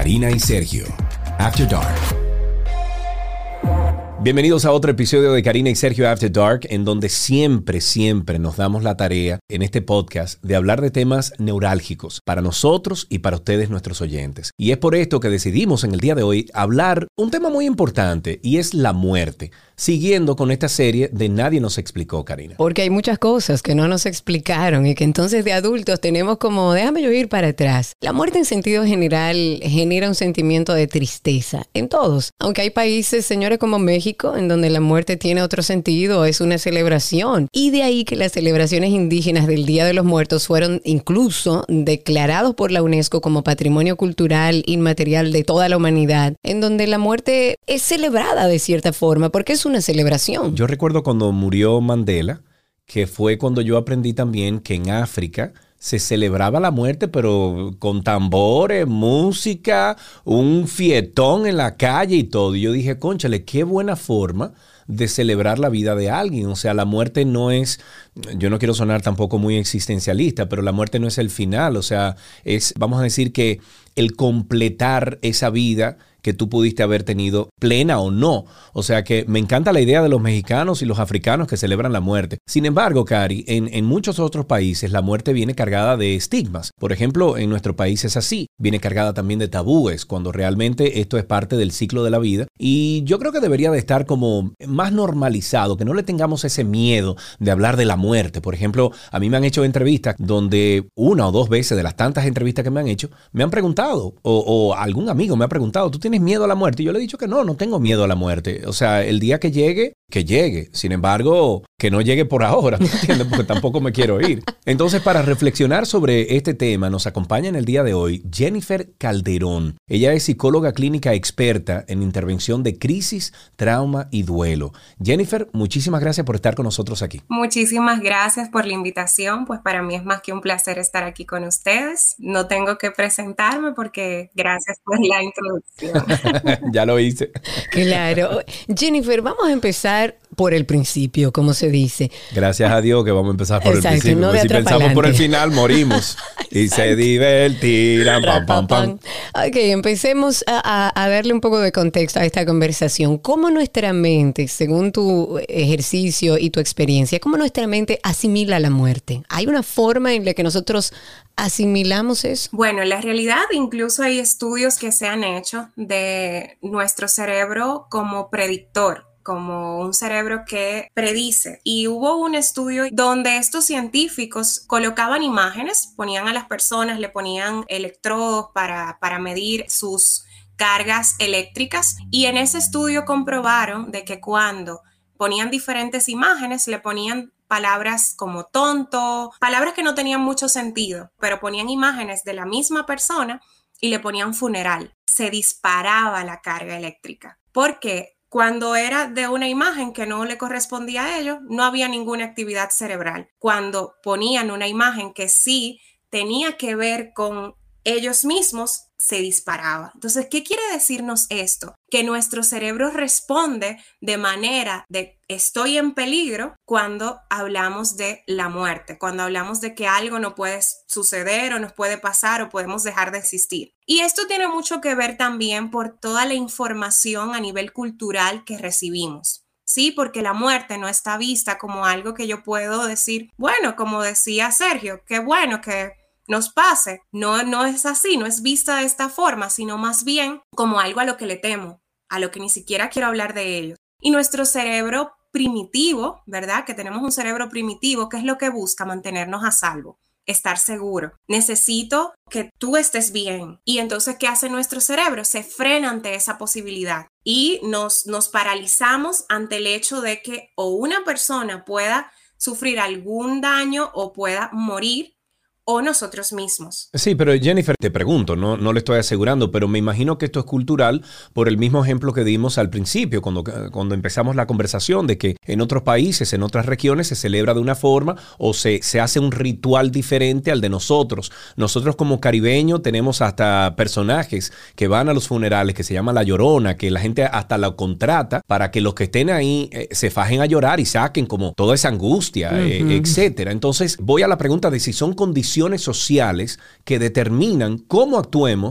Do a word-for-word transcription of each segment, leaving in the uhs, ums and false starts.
Karina y Sergio, After Dark. Bienvenidos a otro episodio de Karina y Sergio After Dark, en donde siempre, siempre nos damos la tarea en este podcast de hablar de temas neurálgicos para nosotros y para ustedes, nuestros oyentes. Y es por esto que decidimos en el día de hoy hablar un tema muy importante, y es la muerte, siguiendo con esta serie de Nadie nos explicó, Karina. Porque hay muchas cosas que no nos explicaron y que entonces de adultos tenemos como, déjame yo ir para atrás. La muerte en sentido general genera un sentimiento de tristeza en todos. Aunque hay países, señores, como México, en donde la muerte tiene otro sentido, es una celebración. Y de ahí que las celebraciones indígenas del Día de los Muertos fueron incluso declarados por la UNESCO como Patrimonio Cultural Inmaterial de toda la humanidad, en donde la muerte es celebrada de cierta forma, porque es una celebración. Yo recuerdo cuando murió Mandela, que fue cuando yo aprendí también que en África se celebraba la muerte, pero con tambores, música, un fietón en la calle y todo. Y yo dije, cónchale, qué buena forma de celebrar la vida de alguien. O sea, la muerte no es, yo no quiero sonar tampoco muy existencialista, pero la muerte no es el final. O sea, es, vamos a decir que el completar esa vida que tú pudiste haber tenido, plena o no. O sea que me encanta la idea de los mexicanos y los africanos que celebran la muerte. Sin embargo, Cari, en, en muchos otros países la muerte viene cargada de estigmas. Por ejemplo, en nuestro país es así. Viene cargada también de tabúes, cuando realmente esto es parte del ciclo de la vida. Y yo creo que debería de estar como más normalizado, que no le tengamos ese miedo de hablar de la muerte. Por ejemplo, a mí me han hecho entrevistas donde una o dos veces de las tantas entrevistas que me han hecho, me han preguntado, o, o algún amigo me ha preguntado, ¿tú tienes ¿Tienes miedo a la muerte? Y yo le he dicho que no, no tengo miedo a la muerte. O sea, el día que llegue, que llegue. Sin embargo, que no llegue por ahora, ¿me entiendes? Porque tampoco me quiero ir. Entonces, para reflexionar sobre este tema, nos acompaña en el día de hoy Jennifer Calderón. Ella es psicóloga clínica experta en intervención de crisis, trauma y duelo. Jennifer, muchísimas gracias por estar con nosotros aquí. Muchísimas gracias por la invitación. Pues para mí es más que un placer estar aquí con ustedes. No tengo que presentarme porque gracias por la introducción. Ya lo hice. Claro. Jennifer, vamos a empezar por el principio, como se dice. Gracias a Dios que vamos a empezar por Exacto, el principio. no de si pensamos adelante. por el final, morimos. Y se divertirán. Pam, pam, pam. Ok, empecemos a, a, a darle un poco de contexto a esta conversación. ¿Cómo nuestra mente, según tu ejercicio y tu experiencia, cómo nuestra mente asimila la muerte? ¿Hay una forma en la que nosotros asimilamos eso? Bueno, en la realidad incluso hay estudios que se han hecho de nuestro cerebro como predictor, como un cerebro que predice. Y hubo un estudio donde estos científicos colocaban imágenes, ponían a las personas, le ponían electrodos para, para medir sus cargas eléctricas, y en ese estudio comprobaron de que cuando ponían diferentes imágenes, le ponían palabras como tonto, palabras que no tenían mucho sentido, pero ponían imágenes de la misma persona y le ponían funeral. Se disparaba la carga eléctrica. ¿Por qué? Cuando era de una imagen que no le correspondía a ellos, no había ninguna actividad cerebral. Cuando ponían una imagen que sí tenía que ver con ellos mismos, se disparaba. Entonces, ¿qué quiere decirnos esto? Que nuestro cerebro responde de manera de estoy en peligro cuando hablamos de la muerte, cuando hablamos de que algo no puede suceder o nos puede pasar o podemos dejar de existir. Y esto tiene mucho que ver también por toda la información a nivel cultural que recibimos. Sí, porque la muerte no está vista como algo que yo puedo decir, bueno, como decía Sergio, qué bueno que nos pase. No, no es así, no es vista de esta forma, sino más bien como algo a lo que le temo, a lo que ni siquiera quiero hablar de ello. Y nuestro cerebro primitivo, ¿verdad? Que tenemos un cerebro primitivo, ¿qué es lo que busca? Mantenernos a salvo, estar seguro. Necesito que tú estés bien. Y entonces, ¿qué hace nuestro cerebro? Se frena ante esa posibilidad y nos, nos paralizamos ante el hecho de que o una persona pueda sufrir algún daño o pueda morir, o nosotros mismos. Sí, pero Jennifer, te pregunto, no, no le estoy asegurando, pero me imagino que esto es cultural por el mismo ejemplo que dimos al principio, cuando, cuando empezamos la conversación, de que en otros países, en otras regiones se celebra de una forma o se, se hace un ritual diferente al de nosotros. Nosotros como caribeños tenemos hasta personajes que van a los funerales, que se llama La Llorona, que la gente hasta la contrata para que los que estén ahí eh, se fajen a llorar y saquen como toda esa angustia, uh-huh. eh, etcétera. Entonces voy a la pregunta de si son condiciones sociales que determinan cómo actuemos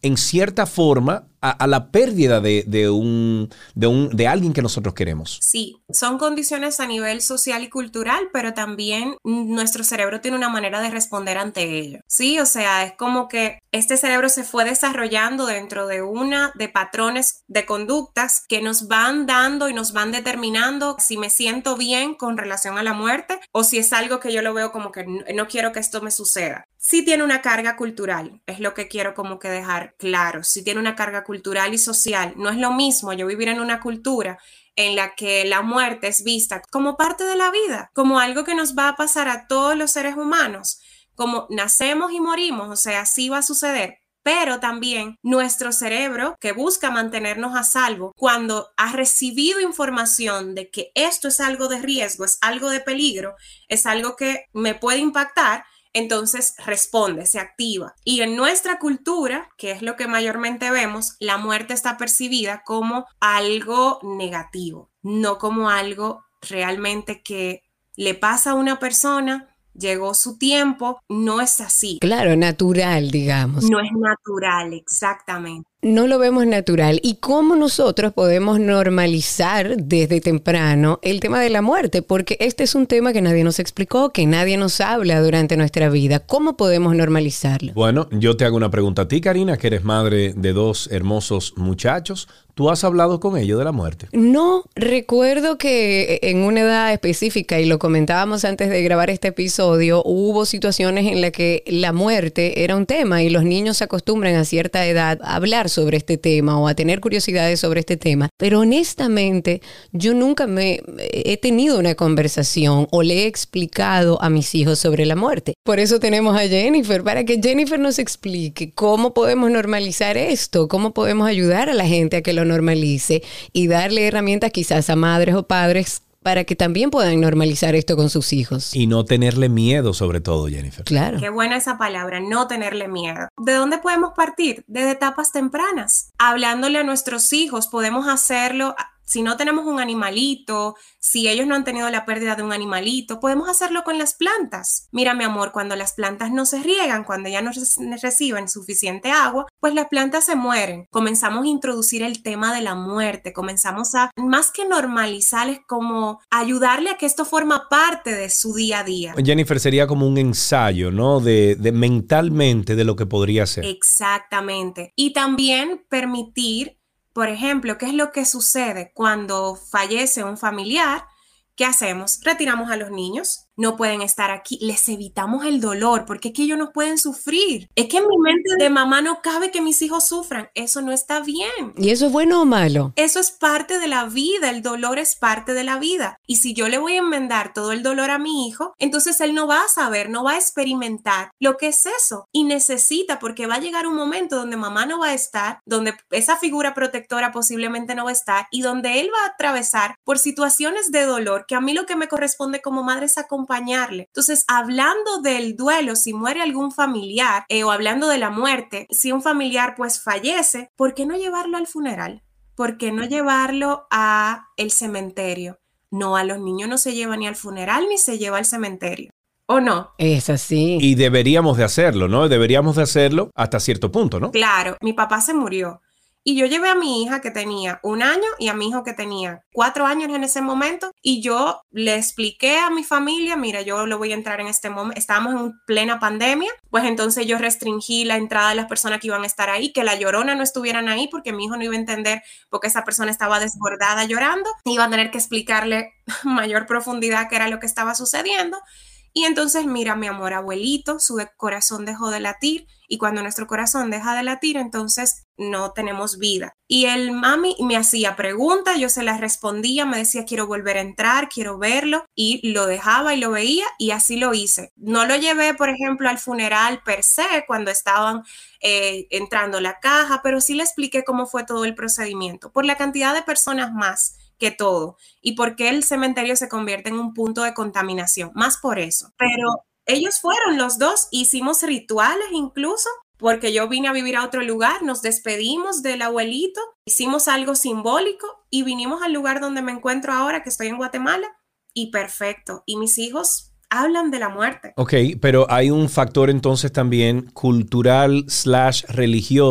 en cierta forma a, a la pérdida de, de, un, de, un, de alguien que nosotros queremos. Sí, son condiciones a nivel social y cultural, pero también nuestro cerebro tiene una manera de responder ante ello. Sí, o sea, es como que este cerebro se fue desarrollando dentro de una de patrones de conductas que nos van dando y nos van determinando si me siento bien con relación a la muerte o si es algo que yo lo veo como que no, no quiero que esto me suceda. Sí tiene una carga cultural, es lo que quiero como que dejar claro. Sí tiene una carga cultural y social. No es lo mismo yo vivir en una cultura en la que la muerte es vista como parte de la vida, como algo que nos va a pasar a todos los seres humanos, como nacemos y morimos, o sea, así va a suceder. Pero también nuestro cerebro, que busca mantenernos a salvo, cuando ha recibido información de que esto es algo de riesgo, es algo de peligro, es algo que me puede impactar, entonces responde, se activa. Y en nuestra cultura, que es lo que mayormente vemos, la muerte está percibida como algo negativo, no como algo realmente que le pasa a una persona, llegó su tiempo, no es así. Claro, natural, digamos. No es natural, exactamente. No lo vemos natural. ¿Y cómo nosotros podemos normalizar desde temprano el tema de la muerte? Porque este es un tema que nadie nos explicó, que nadie nos habla durante nuestra vida. ¿Cómo podemos normalizarlo? Bueno, yo te hago una pregunta a ti, Karina, que eres madre de dos hermosos muchachos. ¿Tú has hablado con ellos de la muerte? No, recuerdo que en una edad específica, y lo comentábamos antes de grabar este episodio, hubo situaciones en las que la muerte era un tema y los niños se acostumbran a cierta edad a hablar sobre este tema o a tener curiosidades sobre este tema. Pero honestamente, yo nunca me he tenido una conversación o le he explicado a mis hijos sobre la muerte. Por eso tenemos a Jennifer, para que Jennifer nos explique cómo podemos normalizar esto, cómo podemos ayudar a la gente a que lo normalice y darle herramientas quizás a madres o padres para que también puedan normalizar esto con sus hijos. Y no tenerle miedo, sobre todo, Jennifer. Claro. Qué buena esa palabra, no tenerle miedo. ¿De dónde podemos partir? Desde etapas tempranas. Hablándole a nuestros hijos, podemos hacerlo. Si no tenemos un animalito, si ellos no han tenido la pérdida de un animalito, podemos hacerlo con las plantas. Mira, mi amor, cuando las plantas no se riegan, cuando ya no reciben suficiente agua, pues las plantas se mueren. Comenzamos a introducir el tema de la muerte, comenzamos a, más que normalizarles, como ayudarle a que esto forma parte de su día a día. Jennifer, sería como un ensayo, ¿no? De, de mentalmente de lo que podría ser. Exactamente. Y también permitir. Por ejemplo, ¿qué es lo que sucede cuando fallece un familiar? ¿Qué hacemos? Retiramos a los niños. No pueden estar aquí, les evitamos el dolor, porque es que ellos no pueden sufrir. Es que en mi mente de mamá no cabe que mis hijos sufran. Eso no está bien. ¿Y eso es bueno o malo? Eso es parte de la vida, el dolor es parte de la vida. Y si yo le voy a enmendar todo el dolor a mi hijo, entonces él no va a saber, no va a experimentar lo que es eso. Y necesita, porque va a llegar un momento donde mamá no va a estar, donde esa figura protectora posiblemente no va a estar y donde él va a atravesar por situaciones de dolor que a mí lo que me corresponde como madre es acompañar. acompañarle. Entonces, hablando del duelo, si muere algún familiar eh, o hablando de la muerte, si un familiar pues fallece, ¿por qué no llevarlo al funeral? ¿Por qué no llevarlo a el cementerio? No, a los niños no se lleva ni al funeral ni se lleva al cementerio. ¿O no? Es así. Y deberíamos de hacerlo, ¿no? Deberíamos de hacerlo hasta cierto punto, ¿no? Claro, mi papá se murió. Y yo llevé a mi hija que tenía un año y a mi hijo que tenía cuatro años en ese momento y yo le expliqué a mi familia, mira, yo lo voy a entrar en este momento, estábamos en plena pandemia, pues entonces yo restringí la entrada de las personas que iban a estar ahí, que la llorona no estuvieran ahí porque mi hijo no iba a entender porque esa persona estaba desbordada llorando, iba a tener que explicarle mayor profundidad qué era lo que estaba sucediendo. Y entonces, mira, mi amor, abuelito, su corazón dejó de latir y cuando nuestro corazón deja de latir, entonces no tenemos vida. Y el mami me hacía preguntas, yo se las respondía, me decía, quiero volver a entrar, quiero verlo y lo dejaba y lo veía y así lo hice. No lo llevé, por ejemplo, al funeral per se cuando estaban eh, entrando la caja, pero sí le expliqué cómo fue todo el procedimiento. Por la cantidad de personas más que todo y por qué el cementerio se convierte en un punto de contaminación, más por eso. Pero ellos fueron los dos, hicimos rituales incluso, porque yo vine a vivir a otro lugar, nos despedimos del abuelito, hicimos algo simbólico y vinimos al lugar donde me encuentro ahora, que estoy en Guatemala, y perfecto. Y mis hijos hablan de la muerte. Ok, pero hay un factor entonces también cultural slash religioso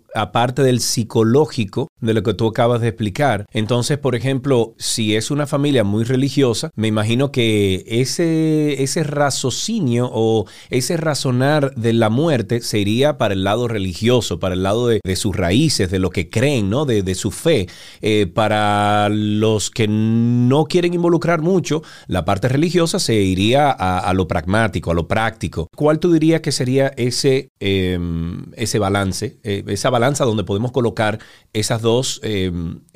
aparte del psicológico de lo que tú acabas de explicar. Entonces, por ejemplo, si es una familia muy religiosa, me imagino que ese, ese raciocinio o ese razonar de la muerte se iría para el lado religioso, para el lado de, de sus raíces, de lo que creen, ¿no? De, de su fe. Eh, para los que no quieren involucrar mucho, la parte religiosa se iría a, a lo pragmático, a lo práctico. ¿Cuál tú dirías que sería ese, eh, ese balance, eh, esa balanza donde podemos colocar esas dos, eh,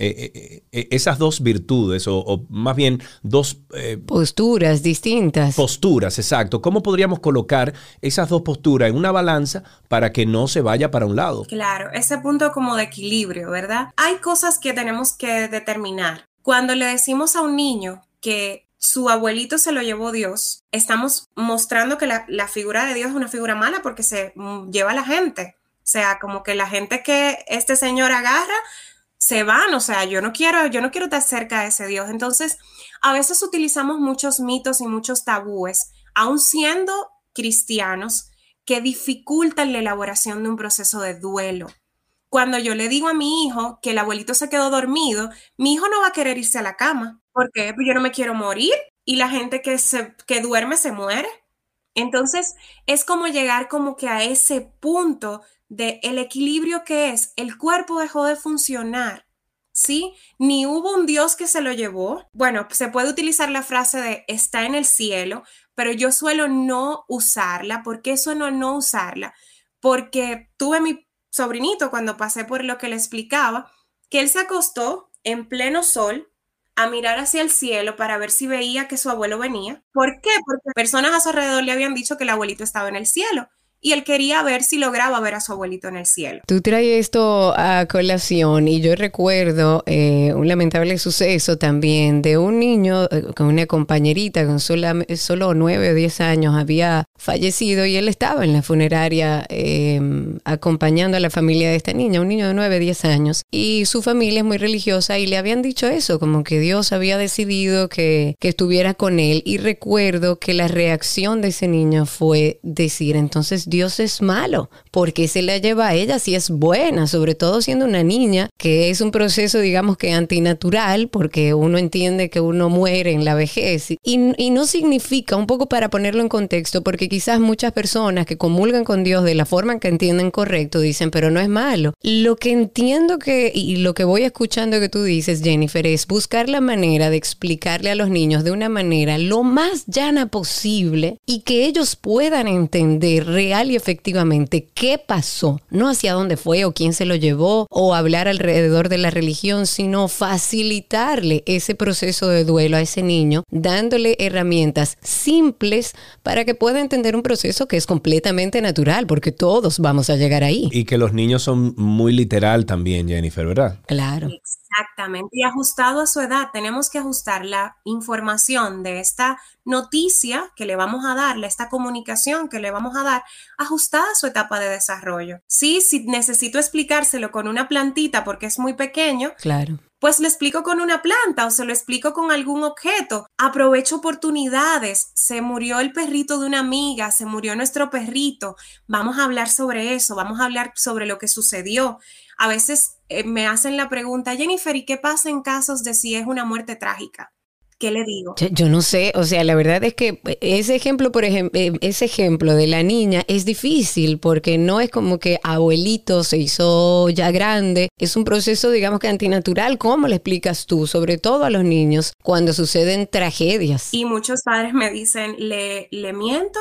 eh, eh, esas dos virtudes o, o más bien dos eh, posturas distintas? Posturas, exacto. ¿Cómo podríamos colocar esas dos posturas en una balanza para que no se vaya para un lado? Claro, ese punto como de equilibrio, ¿verdad? Hay cosas que tenemos que determinar. Cuando le decimos a un niño que su abuelito se lo llevó Dios, estamos mostrando que la, la figura de Dios es una figura mala porque se mm, lleva a la gente. O sea, como que la gente que este señor agarra se van. O sea, yo no quiero, yo no quiero estar cerca de ese Dios. Entonces, a veces utilizamos muchos mitos y muchos tabúes, aun siendo cristianos, que dificultan la elaboración de un proceso de duelo. Cuando yo le digo a mi hijo que el abuelito se quedó dormido, mi hijo no va a querer irse a la cama. ¿Por qué? Pues yo no me quiero morir y la gente que, se, que duerme se muere. Entonces, es como llegar como que a ese punto de el equilibrio que es, el cuerpo dejó de funcionar, ¿sí? Ni hubo un Dios que se lo llevó. Bueno, se puede utilizar la frase de está en el cielo, pero yo suelo no usarla. ¿Por qué suelo no usarla? Porque tuve mi sobrinito cuando pasé por lo que le explicaba, que él se acostó en pleno sol a mirar hacia el cielo para ver si veía que su abuelo venía. ¿Por qué? Porque personas a su alrededor le habían dicho que el abuelito estaba en el cielo. Y él quería ver si lograba ver a su abuelito en el cielo. Tú traes esto a colación y yo recuerdo eh, un lamentable suceso también de un niño eh, con una compañerita con sola, solo nueve o diez años había fallecido y él estaba en la funeraria eh, acompañando a la familia de esta niña, un niño de nueve o diez años. Y su familia es muy religiosa y le habían dicho eso, como que Dios había decidido que, que estuviera con él. Y recuerdo que la reacción de ese niño fue decir, entonces Dios es malo, ¿por qué se la lleva a ella si es buena? Sobre todo siendo una niña, que es un proceso, digamos que antinatural, porque uno entiende que uno muere en la vejez. Y, y no significa, un poco para ponerlo en contexto, porque quizás muchas personas que comulgan con Dios de la forma en que entienden correcto, dicen, pero no es malo. Lo que entiendo que, y lo que voy escuchando que tú dices, Jennifer, es buscar la manera de explicarle a los niños de una manera lo más llana posible y que ellos puedan entender real y efectivamente qué pasó, no hacia dónde fue o quién se lo llevó o hablar alrededor de la religión, sino facilitarle ese proceso de duelo a ese niño, dándole herramientas simples para que pueda entender un proceso que es completamente natural, porque todos vamos a llegar ahí. Y que los niños son muy literal también, Jennifer, ¿verdad? Claro. Exactamente, y ajustado a su edad, tenemos que ajustar la información de esta noticia que le vamos a dar, esta comunicación que le vamos a dar, ajustada a su etapa de desarrollo. Sí, si necesito explicárselo con una plantita porque es muy pequeño, claro, pues le explico con una planta o se lo explico con algún objeto. Aprovecho oportunidades. Se murió el perrito de una amiga, se murió nuestro perrito. Vamos a hablar sobre eso, vamos a hablar sobre lo que sucedió. A veces eh, me hacen la pregunta, Jennifer, ¿y qué pasa en casos de si es una muerte trágica? ¿Qué le digo? Yo, yo no sé, o sea, la verdad es que ese ejemplo, por ejemplo, ese ejemplo de la niña es difícil porque no es como que abuelito se hizo ya grande, es un proceso, digamos que antinatural. ¿Cómo le explicas tú, sobre todo a los niños, cuando suceden tragedias? Y muchos padres me dicen, ¿le, le miento?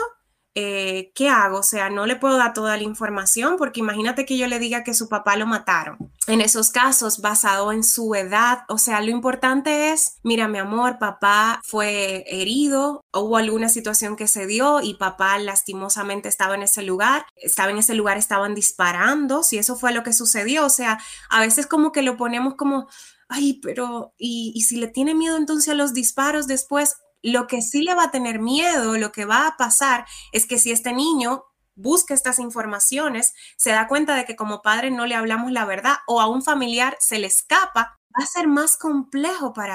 Eh, ¿qué hago? O sea, no le puedo dar toda la información porque imagínate que yo le diga que su papá lo mataron. En esos casos, basado en su edad, o sea, lo importante es, mira, mi amor, papá fue herido, hubo alguna situación que se dio y papá lastimosamente estaba en ese lugar, estaba en ese lugar, estaban disparando, si eso fue lo que sucedió. O sea, a veces como que lo ponemos como, ay, pero, ¿y, y si le tiene miedo entonces a los disparos después? Lo que sí le va a tener miedo, lo que va a pasar es que si este niño busca estas informaciones, se da cuenta de que como padre no le hablamos la verdad o a un familiar se le escapa, va a ser más complejo para él.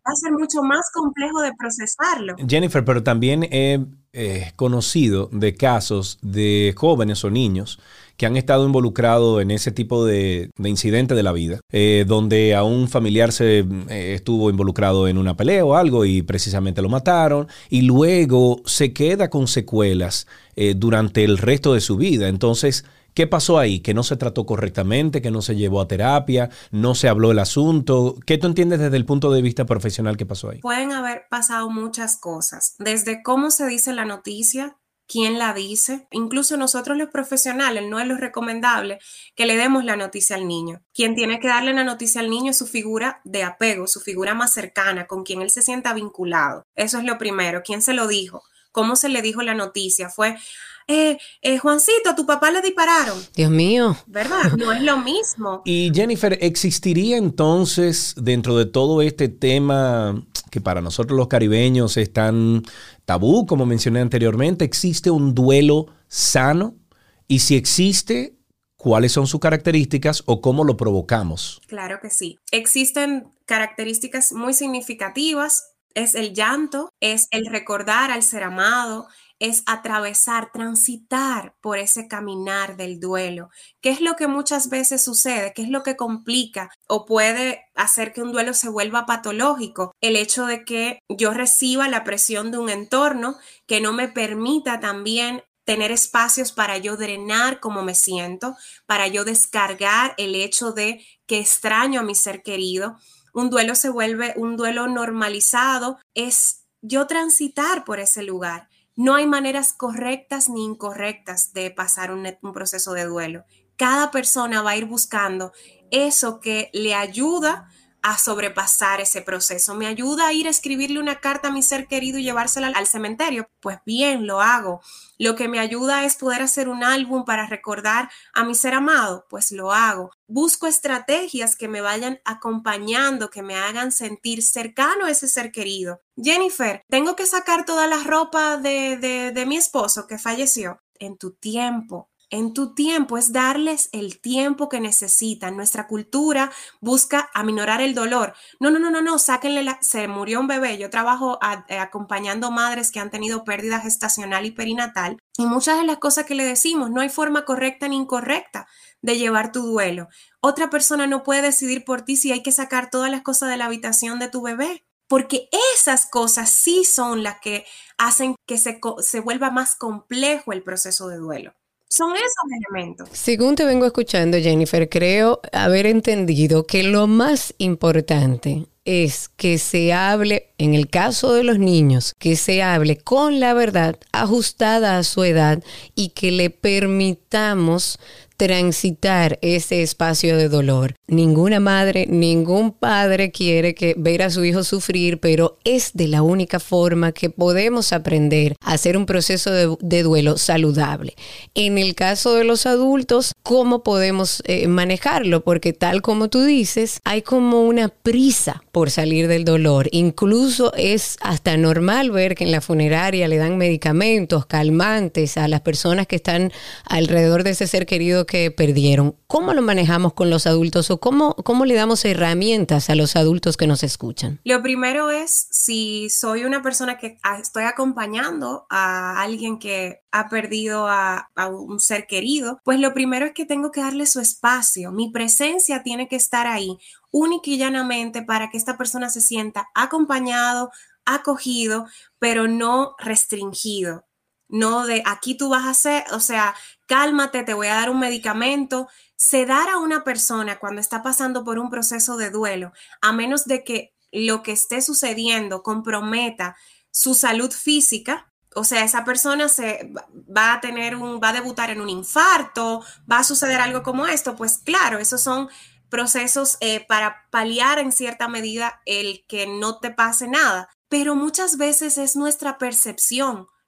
va a ser mucho más complejo de procesarlo. Jennifer, pero también he eh, conocido de casos de jóvenes o niños que han estado involucrados en ese tipo de, de incidente de la vida, eh, donde a un familiar se eh, estuvo involucrado en una pelea o algo y precisamente lo mataron y luego se queda con secuelas eh, durante el resto de su vida. Entonces, ¿qué pasó ahí? Que no se trató correctamente, que no se llevó a terapia, no se habló el asunto. ¿Qué tú entiendes desde el punto de vista profesional que pasó ahí? Pueden haber pasado muchas cosas, desde cómo se dice la noticia, quién la dice. Incluso nosotros los profesionales no es lo recomendable que le demos la noticia al niño. Quien tiene que darle la noticia al niño es su figura de apego, su figura más cercana, con quien él se sienta vinculado. Eso es lo primero. ¿Quién se lo dijo? ¿Cómo se le dijo la noticia? Fue... Eh, eh, Juancito, a tu papá le dispararon. Dios mío. ¿Verdad? No es lo mismo. Y Jennifer, ¿existiría entonces dentro de todo este tema que para nosotros los caribeños es tan tabú, como mencioné anteriormente, existe un duelo sano? Y si existe, ¿cuáles son sus características o cómo lo provocamos? Claro que sí. Existen características muy significativas. Es el llanto, es el recordar al ser amado, es atravesar, transitar por ese caminar del duelo. ¿Qué es lo que muchas veces sucede? ¿Qué es lo que complica o puede hacer que un duelo se vuelva patológico? El hecho de que yo reciba la presión de un entorno que no me permita también tener espacios para yo drenar cómo me siento, para yo descargar el hecho de que extraño a mi ser querido. Un duelo se vuelve un duelo normalizado, es yo transitar por ese lugar. No hay maneras correctas ni incorrectas de pasar un, un proceso de duelo. Cada persona va a ir buscando eso que le ayuda a sobrepasar ese proceso. ¿Me ayuda a ir a escribirle una carta a mi ser querido y llevársela al cementerio? Pues bien, lo hago. Lo que me ayuda es poder hacer un álbum para recordar a mi ser amado, pues lo hago. Busco estrategias que me vayan acompañando, que me hagan sentir cercano a ese ser querido. Jennifer, tengo que sacar toda la ropa de, de, de mi esposo que falleció. En tu tiempo. En tu tiempo es darles el tiempo que necesitan. Nuestra cultura busca aminorar el dolor. No, no, no, no, no, sáquenle la... Se murió un bebé. Yo trabajo a, a, acompañando madres que han tenido pérdida gestacional y perinatal. Y muchas de las cosas que le decimos, no hay forma correcta ni incorrecta de llevar tu duelo. Otra persona no puede decidir por ti si hay que sacar todas las cosas de la habitación de tu bebé. Porque esas cosas sí son las que hacen que se, se vuelva más complejo el proceso de duelo. Son esos elementos. Según te vengo escuchando, Jennifer, creo haber entendido que lo más importante es que se hable, en el caso de los niños, que se hable con la verdad ajustada a su edad y que le permitamos transitar ese espacio de dolor. Ninguna madre, ningún padre quiere que ver a su hijo sufrir, pero es de la única forma que podemos aprender a hacer un proceso de, de duelo saludable. En el caso de los adultos, ¿cómo podemos eh, manejarlo? Porque tal como tú dices, hay como una prisa por salir del dolor. Incluso es hasta normal ver que en la funeraria le dan medicamentos, calmantes a las personas que están alrededor de ese ser querido que perdieron. ¿Cómo lo manejamos con los adultos o cómo, cómo le damos herramientas a los adultos que nos escuchan? Lo primero es, si soy una persona que estoy acompañando a alguien que ha perdido a, a un ser querido, pues lo primero es que tengo que darle su espacio. Mi presencia tiene que estar ahí, única y llanamente, para que esta persona se sienta acompañado, acogido, pero no restringido. No de aquí tú vas a hacer, o sea, cálmate, te voy a dar un medicamento. Sedar a una persona cuando está pasando por un proceso de duelo, a menos de que lo que esté sucediendo comprometa su salud física, o sea, esa persona se va a tener un, va a debutar en un infarto, va a suceder algo como esto, pues claro, esos son procesos eh, para paliar en cierta medida el que no te pase nada, pero muchas veces es nuestra percepción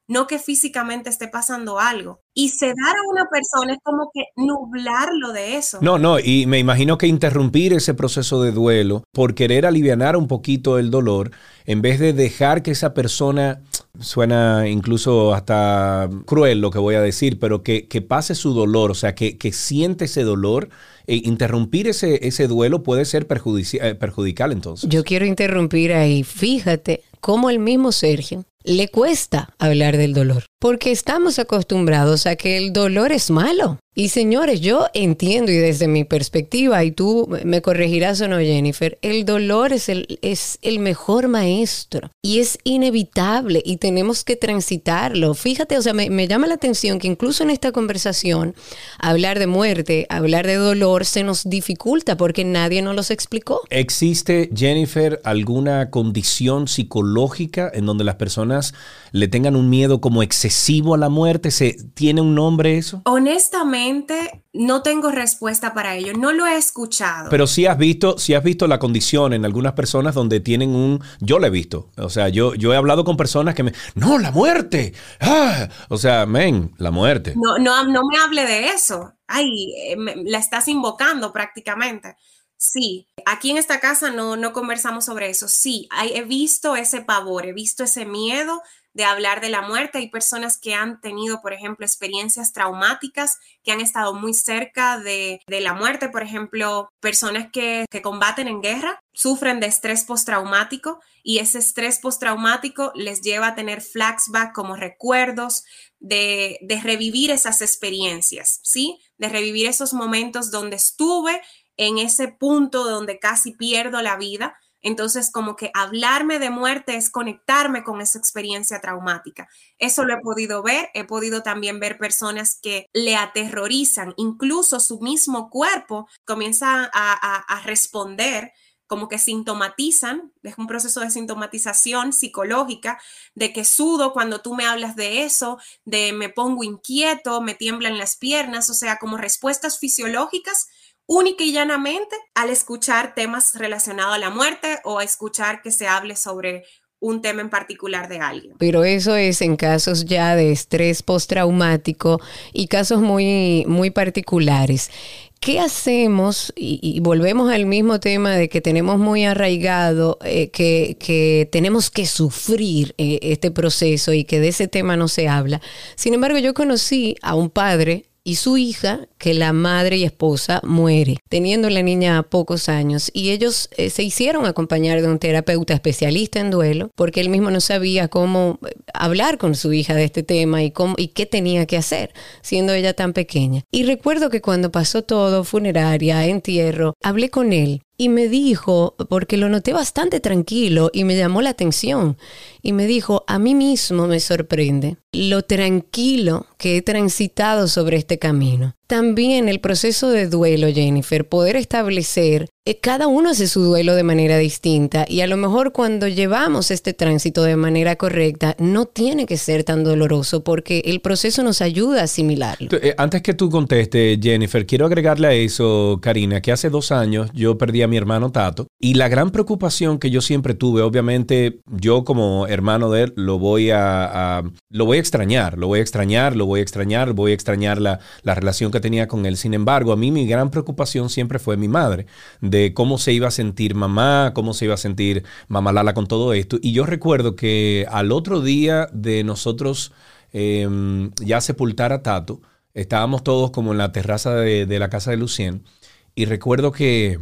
no que físicamente esté pasando algo. Y sedar a una persona es como que nublarlo de eso. No, no, y me imagino que interrumpir ese proceso de duelo por querer alivianar un poquito el dolor, en vez de dejar que esa persona, suena incluso hasta cruel lo que voy a decir, pero que, que pase su dolor, o sea, que, que siente ese dolor, e interrumpir ese, ese duelo puede ser perjudici- eh, perjudicial entonces. Yo quiero interrumpir ahí. Fíjate cómo el mismo Sergio le cuesta hablar del dolor, porque estamos acostumbrados a que el dolor es malo. Y señores, yo entiendo, y desde mi perspectiva, y tú me corregirás o no, Jennifer, el dolor es el, es el mejor maestro y es inevitable y tenemos que transitarlo. Fíjate, o sea, me, me llama la atención que incluso en esta conversación, hablar de muerte, hablar de dolor, se nos dificulta porque nadie nos los explicó. ¿Existe, Jennifer, alguna condición psicológica en donde las personas le tengan un miedo como excesivo a la muerte? ¿Se, ¿Tiene un nombre eso? Honestamente, no tengo respuesta para ello. No lo he escuchado. Pero sí has visto, sí has visto la condición en algunas personas donde tienen un... Yo lo he visto. O sea, yo, yo he hablado con personas que me... ¡No, la muerte! ¡Ah! O sea, men, la muerte. No, no, no me hable de eso. Ay, eh, me, la estás invocando prácticamente. Sí, aquí en esta casa no, no conversamos sobre eso. Sí, hay, he visto ese pavor, he visto ese miedo de hablar de la muerte. Hay personas que han tenido, por ejemplo, experiencias traumáticas, que han estado muy cerca de, de la muerte. Por ejemplo, personas que, que combaten en guerra sufren de estrés postraumático y ese estrés postraumático les lleva a tener flashbacks como recuerdos de, de revivir esas experiencias, ¿sí? De revivir esos momentos donde estuve en ese punto donde casi pierdo la vida. Entonces, como que hablarme de muerte es conectarme con esa experiencia traumática. Eso lo he podido ver. He podido también ver personas que le aterrorizan. Incluso su mismo cuerpo comienza a, a, a responder, como que sintomatizan. Es un proceso de sintomatización psicológica, de que sudo cuando tú me hablas de eso, de me pongo inquieto, me tiemblan las piernas, o sea, como respuestas fisiológicas única y llanamente al escuchar temas relacionados a la muerte o a escuchar que se hable sobre un tema en particular de alguien. Pero eso es en casos ya de estrés postraumático y casos muy, muy particulares. ¿Qué hacemos? Y, y volvemos al mismo tema de que tenemos muy arraigado eh, que, que tenemos que sufrir eh, este proceso y que de ese tema no se habla. Sin embargo, yo conocí a un padre y su hija, que la madre y esposa muere, teniendo la niña a pocos años, y ellos eh, se hicieron acompañar de un terapeuta especialista en duelo, porque él mismo no sabía cómo hablar con su hija de este tema y, cómo, y qué tenía que hacer, siendo ella tan pequeña. Y recuerdo que cuando pasó todo, funeraria, entierro, hablé con él. Y me dijo, porque lo noté bastante tranquilo y me llamó la atención, y me dijo, a mí mismo me sorprende lo tranquilo que he transitado sobre este camino. También el proceso de duelo, Jennifer, poder establecer, eh, cada uno hace su duelo de manera distinta y a lo mejor cuando llevamos este tránsito de manera correcta no tiene que ser tan doloroso porque el proceso nos ayuda a asimilarlo. Eh, antes que tú contestes, Jennifer, quiero agregarle a eso, Karina, que hace dos años yo perdí a mi hermano Tato y la gran preocupación que yo siempre tuve, obviamente yo como hermano de él lo voy a, a lo voy a extrañar, lo voy a extrañar, lo voy a extrañar, voy a extrañar la, la relación que tenía con él. Sin embargo, a mí mi gran preocupación siempre fue mi madre, de cómo se iba a sentir mamá, cómo se iba a sentir mamá Lala con todo esto. Y yo recuerdo que al otro día de nosotros eh, ya sepultar a Tato, estábamos todos como en la terraza de, de la casa de Lucien y recuerdo que,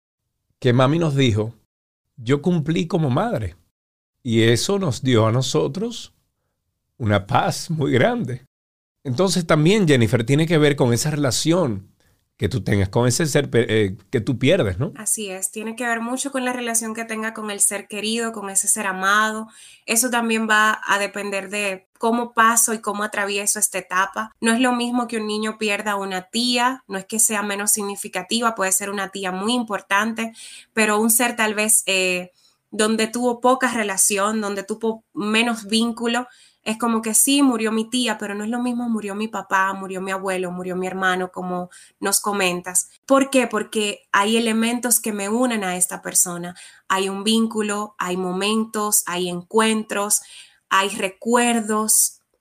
que mami nos dijo, yo cumplí como madre. Y eso nos dio a nosotros una paz muy grande. Entonces también, Jennifer, tiene que ver con esa relación que tú tengas con ese ser eh, que tú pierdes, ¿no? Así es, tiene que ver mucho con la relación que tenga con el ser querido, con ese ser amado. Eso también va a depender de cómo paso y cómo atravieso esta etapa. No es lo mismo que un niño pierda a una tía, no es que sea menos significativa, puede ser una tía muy importante, pero un ser tal vez eh, donde tuvo poca relación, donde tuvo menos vínculo. Es como que sí, murió mi tía, pero no es lo mismo murió mi papá, murió mi abuelo, murió mi hermano, como nos comentas. ¿Por qué? Porque hay elementos que me unen a esta persona. Hay un vínculo, hay momentos, hay encuentros, hay recuerdos,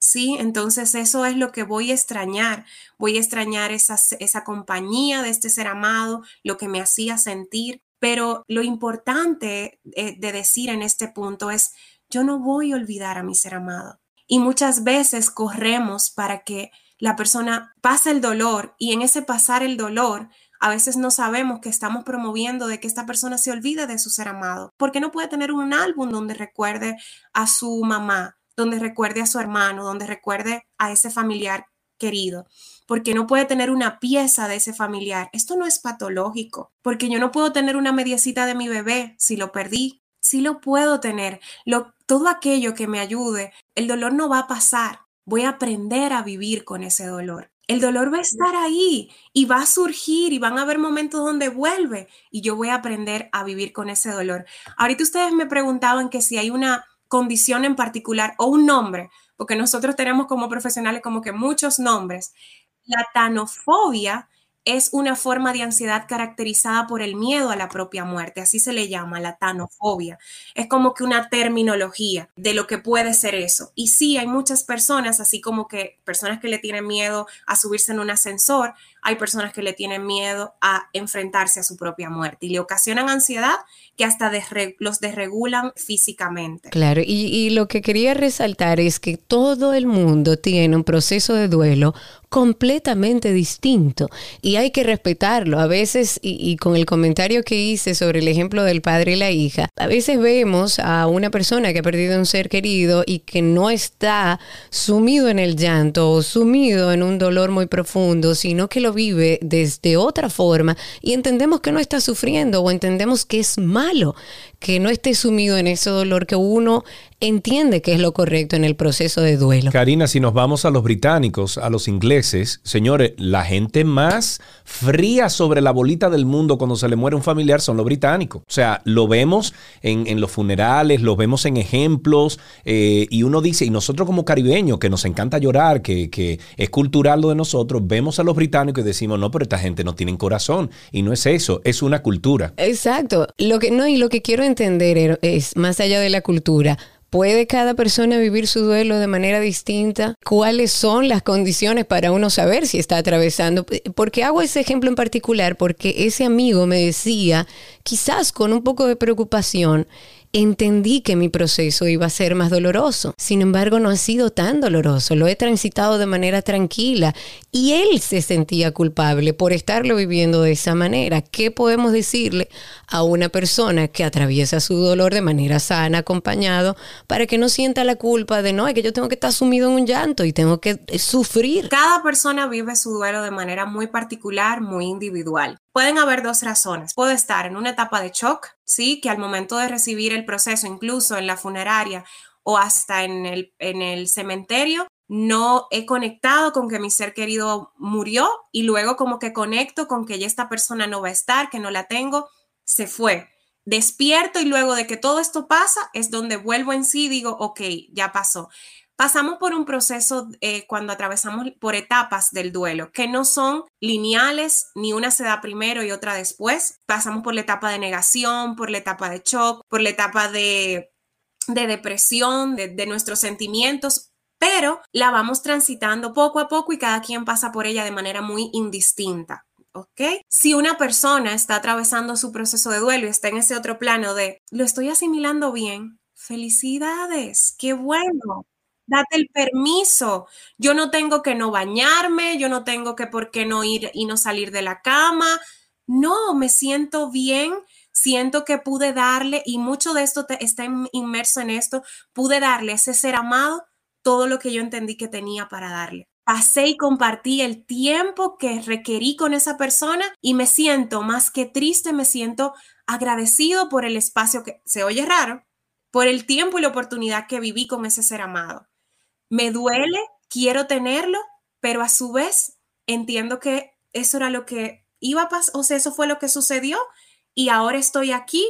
¿sí? Entonces eso es lo que voy a extrañar. Voy a extrañar esa, esa compañía de este ser amado, lo que me hacía sentir. Pero lo importante de decir en este punto es, yo no voy a olvidar a mi ser amado. Y muchas veces corremos para que la persona pase el dolor, y en ese pasar el dolor, a veces no sabemos que estamos promoviendo de que esta persona se olvide de su ser amado. Porque no puede tener un álbum donde recuerde a su mamá, donde recuerde a su hermano, donde recuerde a ese familiar querido, porque no puede tener una pieza de ese familiar. Esto no es patológico, porque yo no puedo tener una mediecita de mi bebé si lo perdí. Sí lo puedo tener, lo, todo aquello que me ayude. El dolor no va a pasar, voy a aprender a vivir con ese dolor. El dolor va a estar ahí y va a surgir y van a haber momentos donde vuelve y yo voy a aprender a vivir con ese dolor. Ahorita ustedes me preguntaban que si hay una condición en particular o un nombre, porque nosotros tenemos como profesionales como que muchos nombres. La tanofobia es una forma de ansiedad caracterizada por el miedo a la propia muerte, así se le llama, la tanofobia. Es como que una terminología de lo que puede ser eso. Y sí, hay muchas personas, así como que personas que le tienen miedo a subirse en un ascensor, hay personas que le tienen miedo a enfrentarse a su propia muerte y le ocasionan ansiedad que hasta desre- los desregulan físicamente. Claro, y, y lo que quería resaltar es que todo el mundo tiene un proceso de duelo completamente distinto y hay que respetarlo. A veces, y, y con el comentario que hice sobre el ejemplo del padre y la hija, a veces vemos a una persona que ha perdido un ser querido y que no está sumido en el llanto o sumido en un dolor muy profundo, sino que lo vive desde otra forma y entendemos que no está sufriendo o entendemos que es malo que no esté sumido en ese dolor que uno entiende que es lo correcto en el proceso de duelo. Karina, si nos vamos a los británicos, a los ingleses, señores, la gente más fría sobre la bolita del mundo cuando se le muere un familiar son los británicos. O sea, lo vemos en, en los funerales, lo vemos en ejemplos, eh, y uno dice, y nosotros como caribeños, que nos encanta llorar, que, que es cultural lo de nosotros, vemos a los británicos y decimos, no, pero esta gente no tiene corazón. Y no es eso, es una cultura. Exacto. Lo que, no, y lo que quiero entender es, más allá de la cultura, ¿puede cada persona vivir su duelo de manera distinta? ¿Cuáles son las condiciones para uno saber si está atravesando? Porque hago ese ejemplo en particular porque ese amigo me decía, quizás con un poco de preocupación, entendí que mi proceso iba a ser más doloroso. Sin embargo, no ha sido tan doloroso. Lo he transitado de manera tranquila y él se sentía culpable por estarlo viviendo de esa manera. ¿Qué podemos decirle a una persona que atraviesa su dolor de manera sana, acompañado, para que no sienta la culpa de no, es que yo tengo que estar sumido en un llanto y tengo que sufrir? Cada persona vive su duelo de manera muy particular, muy individual. Pueden haber dos razones. Puedo estar en una etapa de shock, sí, que al momento de recibir el proceso, incluso en la funeraria o hasta en el, en el cementerio, no he conectado con que mi ser querido murió y luego como que conecto con que ya esta persona no va a estar, que no la tengo, se fue. Despierto y luego de que todo esto pasa es donde vuelvo en sí y digo, ok, ya pasó. Pasamos por un proceso eh, cuando atravesamos por etapas del duelo, que no son lineales, ni una se da primero y otra después. Pasamos por la etapa de negación, por la etapa de shock, por la etapa de, de depresión, de, de nuestros sentimientos, pero la vamos transitando poco a poco y cada quien pasa por ella de manera muy indistinta. ¿Ok? Si una persona está atravesando su proceso de duelo y está en ese otro plano de, lo estoy asimilando bien, felicidades, qué bueno. Date el permiso. Yo no tengo que no bañarme, yo no tengo que por qué no ir y no salir de la cama. No, me siento bien, siento que pude darle, y mucho de esto te, está inmerso en esto, pude darle a ese ser amado todo lo que yo entendí que tenía para darle. Pasé y compartí el tiempo que requerí con esa persona y me siento más que triste, me siento agradecido por el espacio que, se oye raro, por el tiempo y la oportunidad que viví con ese ser amado. Me duele, quiero tenerlo, pero a su vez entiendo que eso era lo que iba a pasar, o sea, eso fue lo que sucedió y ahora estoy aquí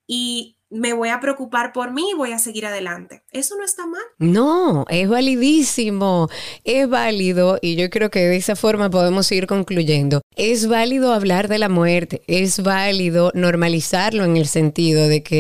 y me voy a preocupar por mí y voy a seguir adelante. Eso no está mal. No, es validísimo, es válido y yo creo que de esa forma podemos ir concluyendo. Es válido hablar de la muerte, es válido normalizarlo en el sentido de que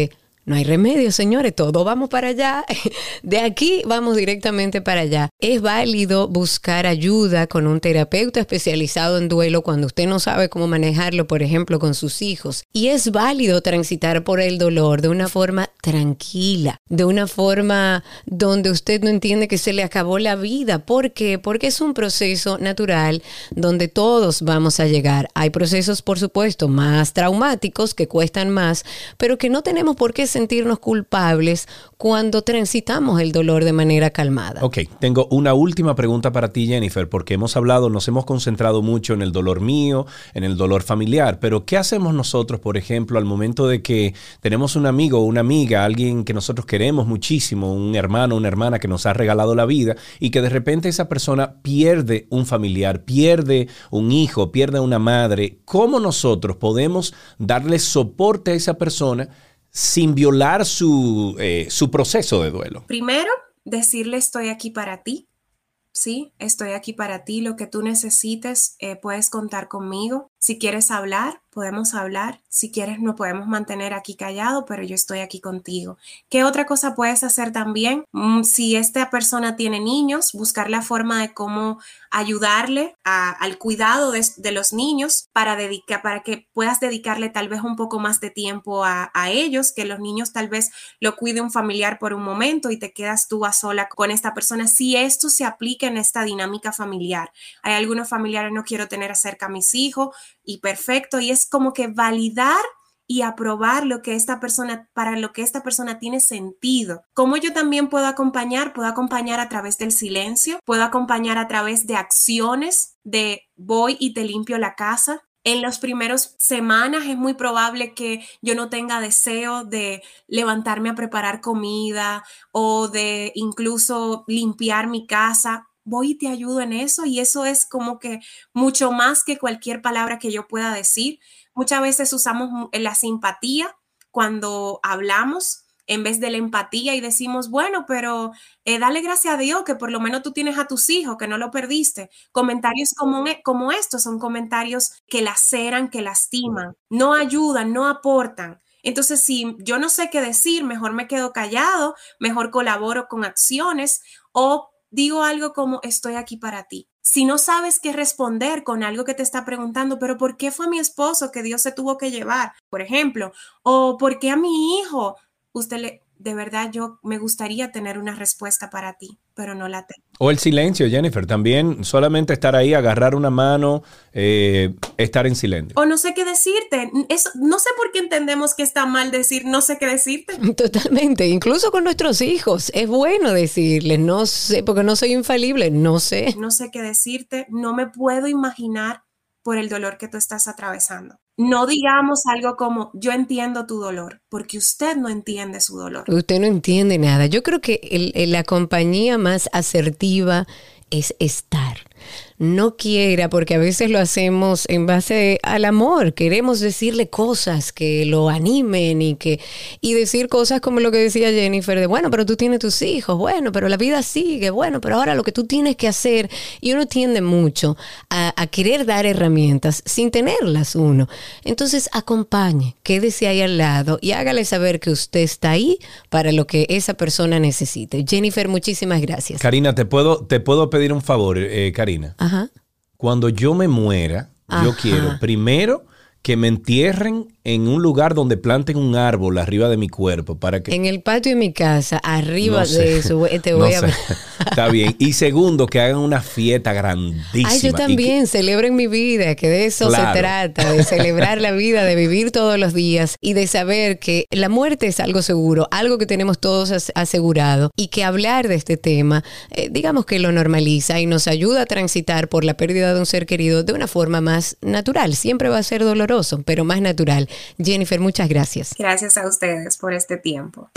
No hay remedio, señores, todos vamos para allá. De aquí vamos directamente para allá. Es válido buscar ayuda con un terapeuta especializado en duelo cuando usted no sabe cómo manejarlo, por ejemplo, con sus hijos. Y es válido transitar por el dolor de una forma tranquila, de una forma donde usted no entiende que se le acabó la vida. ¿Por qué? Porque es un proceso natural donde todos vamos a llegar. Hay procesos, por supuesto, más traumáticos que cuestan más, pero que no tenemos por qué sentirnos culpables cuando transitamos el dolor de manera calmada. Ok, tengo una última pregunta para ti, Jennifer, porque hemos hablado, nos hemos concentrado mucho en el dolor mío, en el dolor familiar, pero ¿qué hacemos nosotros, por ejemplo, al momento de que tenemos un amigo o una amiga, alguien que nosotros queremos muchísimo, un hermano o una hermana que nos ha regalado la vida y que de repente esa persona pierde un familiar, pierde un hijo, pierde una madre? ¿Cómo nosotros podemos darle soporte a esa persona sin violar su, eh, su proceso de duelo? Primero, decirle estoy aquí para ti. Sí, estoy aquí para ti. Lo que tú necesites, eh, puedes contar conmigo. Si quieres hablar, podemos hablar. Si quieres, nos podemos mantener aquí callado, pero yo estoy aquí contigo. ¿Qué otra cosa puedes hacer también? Mm, si esta persona tiene niños, buscar la forma de cómo ayudarle a, al cuidado de, de los niños para, dedicar, para que puedas dedicarle tal vez un poco más de tiempo a, a ellos, que los niños tal vez lo cuide un familiar por un momento y te quedas tú a sola con esta persona. Si esto se aplica en esta dinámica familiar. Hay algunos familiares, no quiero tener cerca a mis hijos, y perfecto, y es como que validar y aprobar lo que esta persona, para lo que esta persona tiene sentido. ¿Cómo yo también puedo acompañar? Puedo acompañar a través del silencio, puedo acompañar a través de acciones, de voy y te limpio la casa. En las primeras semanas es muy probable que yo no tenga deseo de levantarme a preparar comida o de incluso limpiar mi casa. Voy y te ayudo en eso, y eso es como que mucho más que cualquier palabra que yo pueda decir. Muchas veces usamos la simpatía cuando hablamos en vez de la empatía y decimos, bueno, pero eh, dale gracias a Dios que por lo menos tú tienes a tus hijos, que no lo perdiste. Comentarios como, como estos son comentarios que laceran, que lastiman, no ayudan, no aportan. Entonces, si yo no sé qué decir, mejor me quedo callado, mejor colaboro con acciones o digo algo como estoy aquí para ti. Si no sabes qué responder con algo que te está preguntando, pero ¿por qué fue mi esposo que Dios se tuvo que llevar? Por ejemplo, o ¿por qué a mi hijo? Usted le, de verdad, yo me gustaría tener una respuesta para ti, pero no la tengo. O el silencio, Jennifer, también solamente estar ahí, agarrar una mano, eh, estar en silencio. O no sé qué decirte. Eso, no sé por qué entendemos que está mal decir no sé qué decirte. Totalmente, incluso con nuestros hijos. Es bueno decirles, no sé, porque no soy infalible, no sé. No sé qué decirte, no me puedo imaginar por el dolor que tú estás atravesando. No digamos algo como yo entiendo tu dolor, porque usted no entiende su dolor. Usted no entiende nada. Yo creo que el, el, la compañía más asertiva es estar. No quiera, porque a veces lo hacemos en base al amor. Queremos decirle cosas que lo animen y que y decir cosas como lo que decía Jennifer, de bueno, pero tú tienes tus hijos, bueno, pero la vida sigue, bueno, pero ahora lo que tú tienes que hacer. Y uno tiende mucho a, a querer dar herramientas sin tenerlas uno. Entonces acompañe, quédese ahí al lado y hágale saber que usted está ahí para lo que esa persona necesite. Jennifer, muchísimas gracias. Karina, ¿te puedo, te puedo pedir un favor, eh, Karina? Ajá. Cuando yo me muera, Ajá. yo quiero primero que me entierren en un lugar donde planten un árbol arriba de mi cuerpo para que... En el patio de mi casa, arriba no de eso, te voy no a ver. Está bien. Y segundo, que hagan una fiesta grandísima. Ay, yo también, que... celebren mi vida, que de eso claro. se trata, de celebrar la vida, de vivir todos los días y de saber que la muerte es algo seguro, algo que tenemos todos asegurado y que hablar de este tema, eh, digamos que lo normaliza y nos ayuda a transitar por la pérdida de un ser querido de una forma más natural. Siempre va a ser doloroso, pero más natural. Jennifer, muchas gracias. Gracias a ustedes por este tiempo.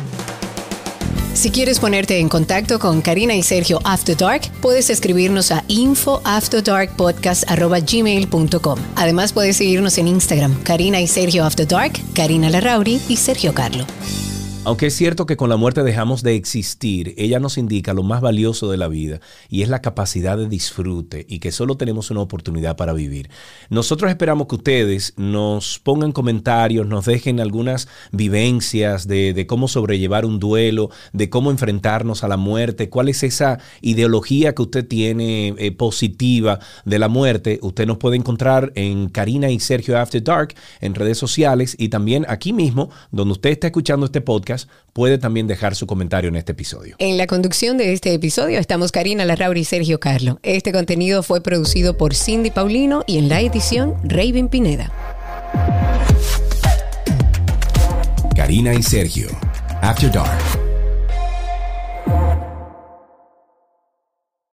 Si quieres ponerte en contacto con Karina y Sergio After Dark, puedes escribirnos a info after dark podcast arroba gmail punto com. Además, puedes seguirnos en Instagram, Karina y Sergio After Dark, Karina Larrauri y Sergio Carlo. Aunque es cierto que con la muerte dejamos de existir, ella nos indica lo más valioso de la vida y es la capacidad de disfrute y que solo tenemos una oportunidad para vivir. Nosotros esperamos que ustedes nos pongan comentarios, nos dejen algunas vivencias de, de cómo sobrellevar un duelo, de cómo enfrentarnos a la muerte, cuál es esa ideología que usted tiene eh, positiva de la muerte. Usted nos puede encontrar en Karina y Sergio After Dark en redes sociales y también aquí mismo, donde usted está escuchando este podcast, puede también dejar su comentario en este episodio. En la conducción de este episodio estamos Karina Larrauri y Sergio Carlo. Este contenido fue producido por Cindy Paulino y en la edición Raven Pineda. Karina y Sergio, After Dark.